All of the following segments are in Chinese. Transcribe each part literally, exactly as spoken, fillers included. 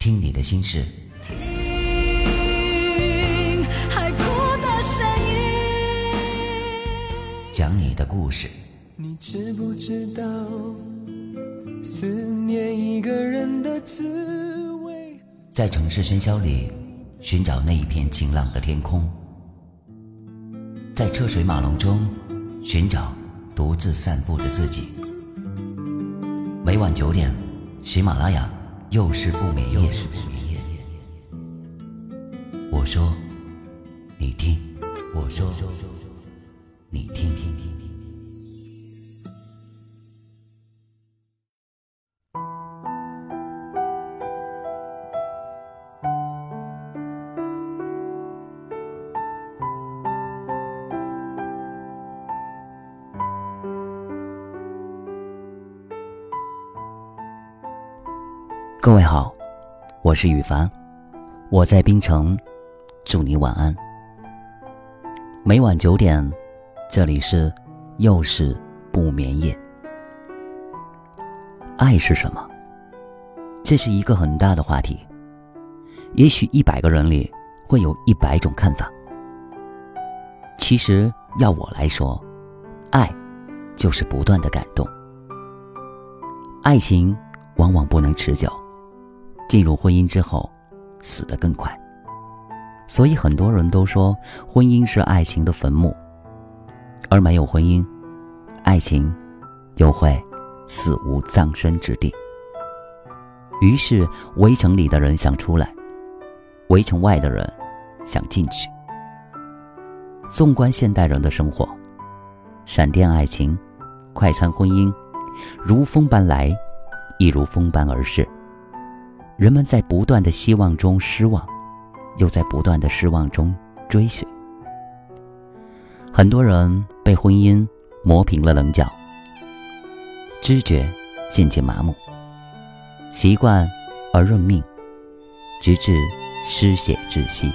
听你的心事， 听海哭的声音， 讲你的故事。 你知不知道思念一个人的滋味？ 在城市喧嚣里寻找那一片晴朗的天空，在车水马龙中寻找独自散步的自己。每晚九点，喜马拉雅又是不眠夜。我说你听，我说你听听听听。各位好，我是雨凡，我在槟城，祝你晚安。每晚九点，这里是又是不眠夜。爱是什么？这是一个很大的话题，也许一百个人里会有一百种看法。其实要我来说，爱就是不断的感动。爱情往往不能持久，进入婚姻之后死得更快，所以很多人都说婚姻是爱情的坟墓，而没有婚姻，爱情又会死无葬身之地。于是围城里的人想出来，围城外的人想进去。纵观现代人的生活，闪电爱情，快餐婚姻，如风般来，亦如风般而逝。人们在不断的希望中失望，又在不断的失望中追寻。很多人被婚姻磨平了棱角，知觉渐渐麻木，习惯而认命，直至失血窒息。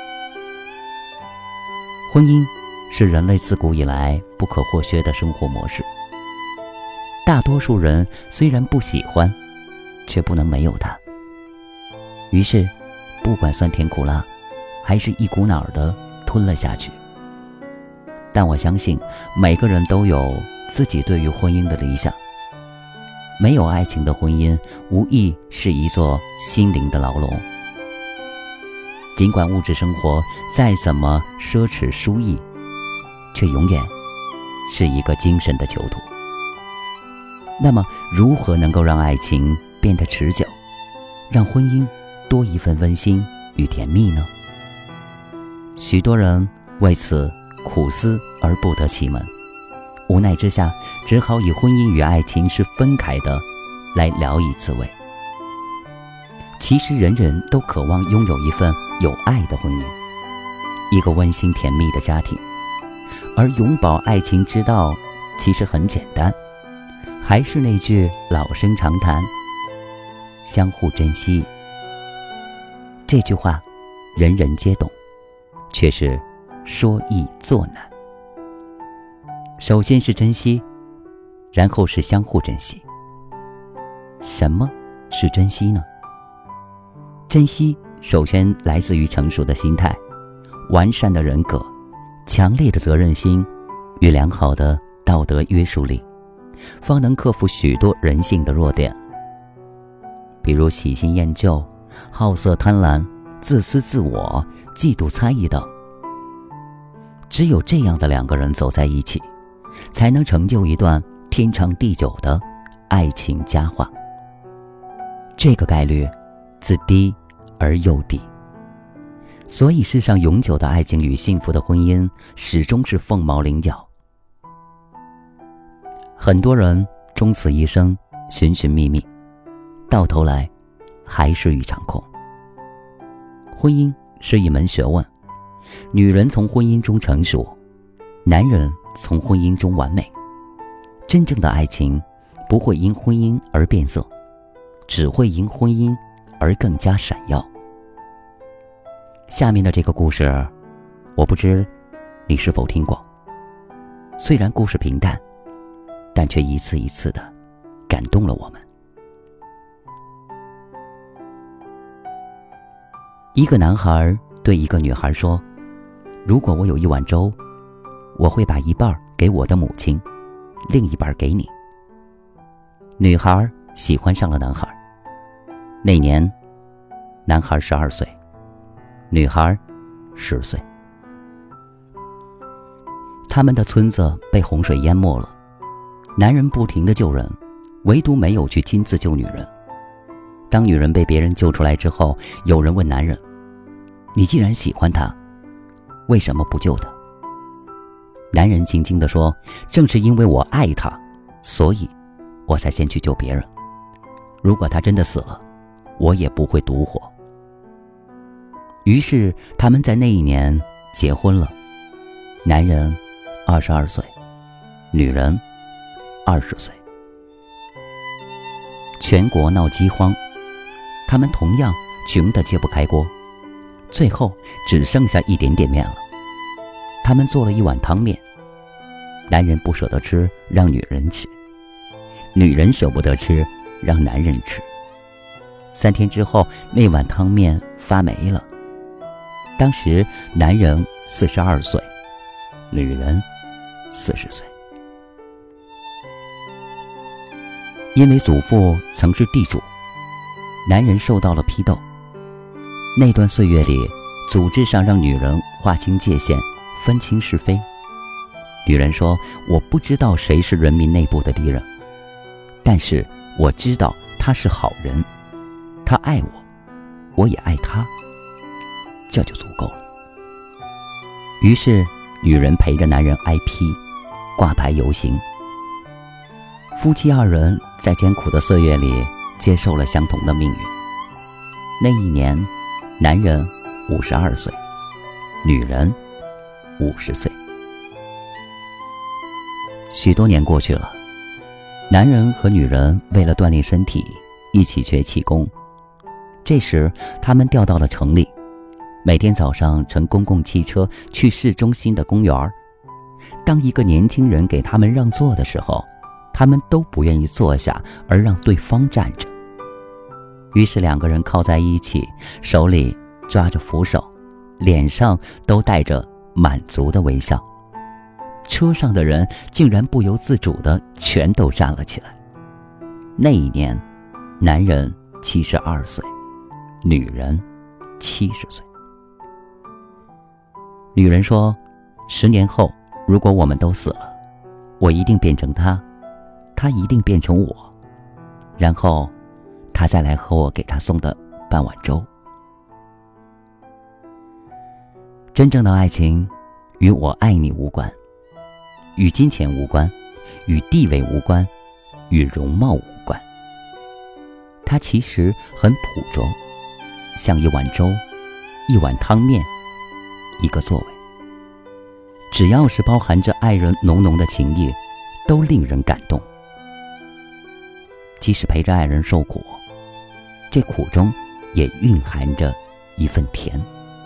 婚姻是人类自古以来不可或缺的生活模式，大多数人虽然不喜欢，却不能没有它。于是不管酸甜苦辣，还是一股脑儿的吞了下去。但我相信每个人都有自己对于婚姻的理想，没有爱情的婚姻无疑是一座心灵的牢笼。尽管物质生活再怎么奢侈舒逸，却永远是一个精神的囚徒。那么如何能够让爱情变得持久，让婚姻多一份温馨与甜蜜呢？许多人为此苦思而不得其门，无奈之下只好以婚姻与爱情是分开的来聊以自慰。其实人人都渴望拥有一份有爱的婚姻，一个温馨甜蜜的家庭。而永葆爱情之道其实很简单，还是那句老生常谈，相互珍惜。这句话人人皆懂，却是说易做难。首先是珍惜，然后是相互珍惜。什么是珍惜呢？珍惜首先来自于成熟的心态、完善的人格、强烈的责任心与良好的道德约束力，方能克服许多人性的弱点，比如喜新厌旧、好色贪婪、自私自我、嫉妒猜疑等。只有这样的两个人走在一起，才能成就一段天长地久的爱情佳话。这个概率自低而又低，所以世上永久的爱情与幸福的婚姻始终是凤毛麟角。很多人终此一生寻寻觅觅，到头来还是一场空。婚姻是一门学问，女人从婚姻中成熟，男人从婚姻中完美。真正的爱情不会因婚姻而变色，只会因婚姻而更加闪耀。下面的这个故事，我不知你是否听过。虽然故事平淡，但却一次一次的感动了我们。 一个男孩对一个女孩说，如果我有一碗粥，我会把一半给我的母亲，另一半给你。女孩喜欢上了男孩。那年男孩十二岁，女孩十岁。他们的村子被洪水淹没了，男人不停地救人，唯独没有去亲自救女人。当女人被别人救出来之后，有人问男人，你既然喜欢她，为什么不救她？男人静静地说，正是因为我爱她，所以我才先去救别人。如果她真的死了，我也不会独活。于是他们在那一年结婚了。男人二十二岁，女人二十岁。全国闹饥荒，他们同样穷得揭不开锅，最后只剩下一点点面了。他们做了一碗汤面，男人不舍得吃，让女人吃；女人舍不得吃，让男人吃。三天之后，那碗汤面发霉了。当时男人四十二岁，女人四十岁。因为祖父曾是地主，男人受到了批斗。那段岁月里，组织上让女人划清界限，分清是非。女人说，我不知道谁是人民内部的敌人，但是我知道他是好人，他爱我，我也爱他，这就足够了。于是女人陪着男人挨批，挂牌游行。夫妻二人在艰苦的岁月里接受了相同的命运。那一年，男人五十二岁，女人五十岁。许多年过去了，男人和女人为了锻炼身体，一起学气功。这时，他们调到了城里，每天早上乘公共汽车去市中心的公园。当一个年轻人给他们让座的时候，他们都不愿意坐下，而让对方站着。于是两个人靠在一起，手里抓着扶手，脸上都带着满足的微笑。车上的人竟然不由自主地全都站了起来。那一年，男人七十二岁，女人七十岁。女人说，十年后如果我们都死了，我一定变成他，他一定变成我，然后他再来和我给他送的半碗粥。真正的爱情与我爱你无关，与金钱无关，与地位无关，与容貌无关。它其实很朴拙，像一碗粥，一碗汤面，一个座位。只要是包含着爱人浓浓的情谊，都令人感动。即使陪着爱人受苦，这苦中也蕴含着一份甜。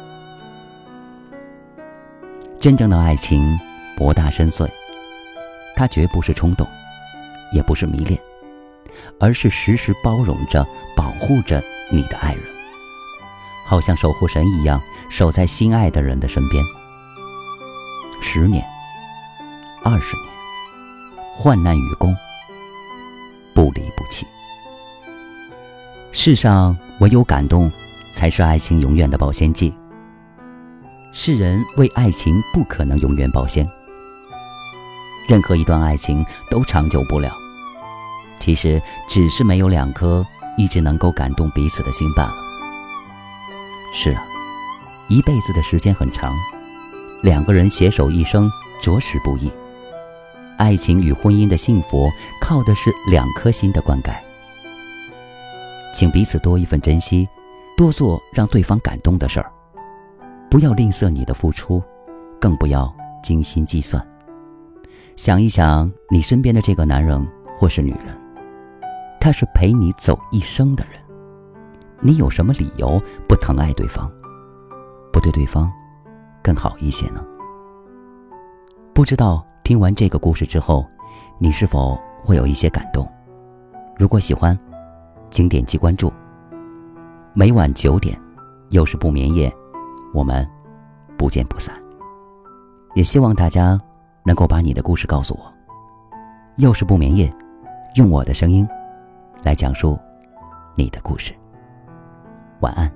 真正的爱情博大深邃，它绝不是冲动，也不是迷恋，而是时时包容着、保护着你的爱人，好像守护神一样，守在心爱的人的身边。十年、二十年，患难与共，不离不弃。世上唯有感动，才是爱情永远的保鲜剂。世人为爱情不可能永远保鲜，任何一段爱情都长久不了。其实只是没有两颗一直能够感动彼此的心罢了。是啊，一辈子的时间很长，两个人携手一生着实不易。爱情与婚姻的幸福靠的是两颗心的灌溉。请彼此多一份珍惜，多做让对方感动的事儿，不要吝啬你的付出，更不要精心计算。想一想你身边的这个男人或是女人，他是陪你走一生的人，你有什么理由不疼爱对方，不对对方更好一些呢？不知道听完这个故事之后，你是否会有一些感动？如果喜欢，请点击关注。每晚九点， 又是不眠夜，我们不见不散。也希望大家能够把你的故事告诉我。又是不眠夜，用我的声音来讲述你的故事。晚安。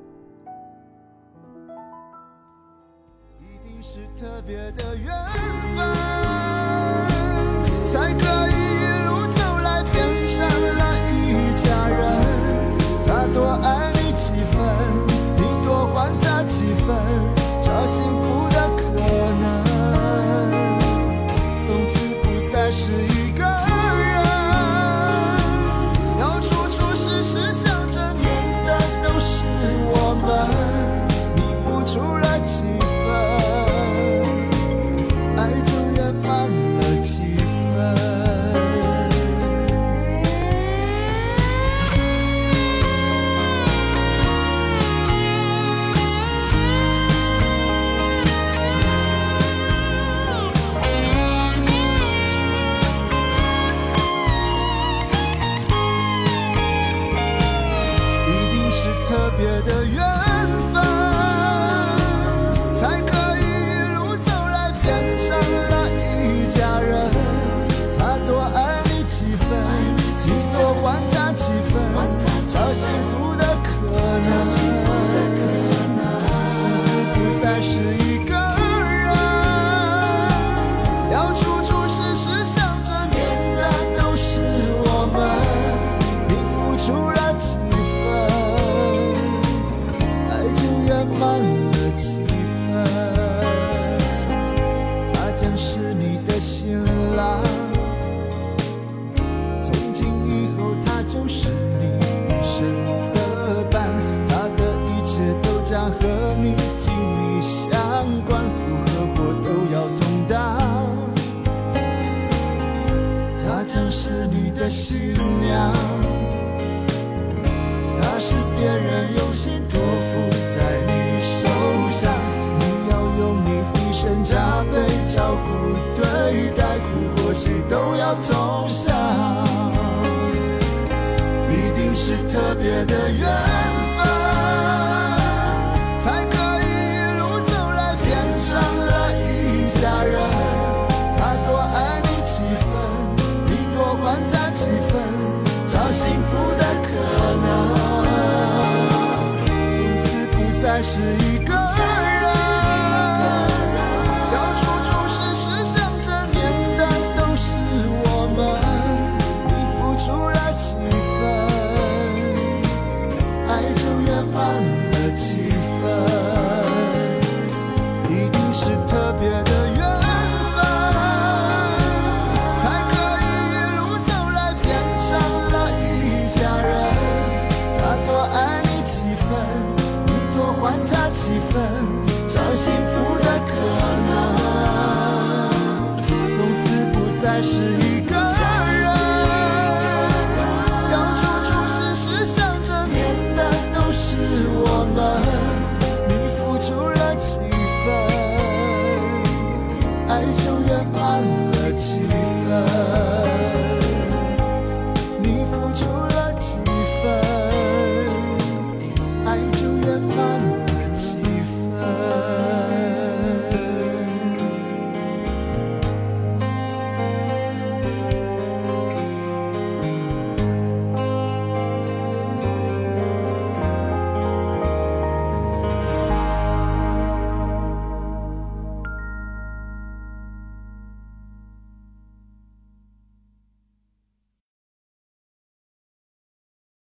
一定是特别的缘分，才可以一路走来变成了一家人。他多爱你几分，你多还他几分，找幸福的可能。从此不再是一个人，要处处事事想着念的都是我们。你付出了几分，爱就圆满了几分。特别的缘分，才可以一路走来变成了一家人。他多爱你几分，你多还他几分，找幸福的可能。从此不再是一个人，要处处事事想着念的都是我们。你付出了几满了几分，他将是你的新郎。从今以后，他就是你一生的伴。他的一切都将和你紧密相关，福和祸都要同当。他将是你的新娘，他是别人用心托付在你手上，你要用你一生加倍照顾对待，苦或喜都要同享。一定是特别的缘分，才可以一路走来变成了一家人。他多爱你几分，你多还他几分，找幸福的可能。再是一个人，要处处事事想着念的都是我们。你付出了几分，爱就圆满了。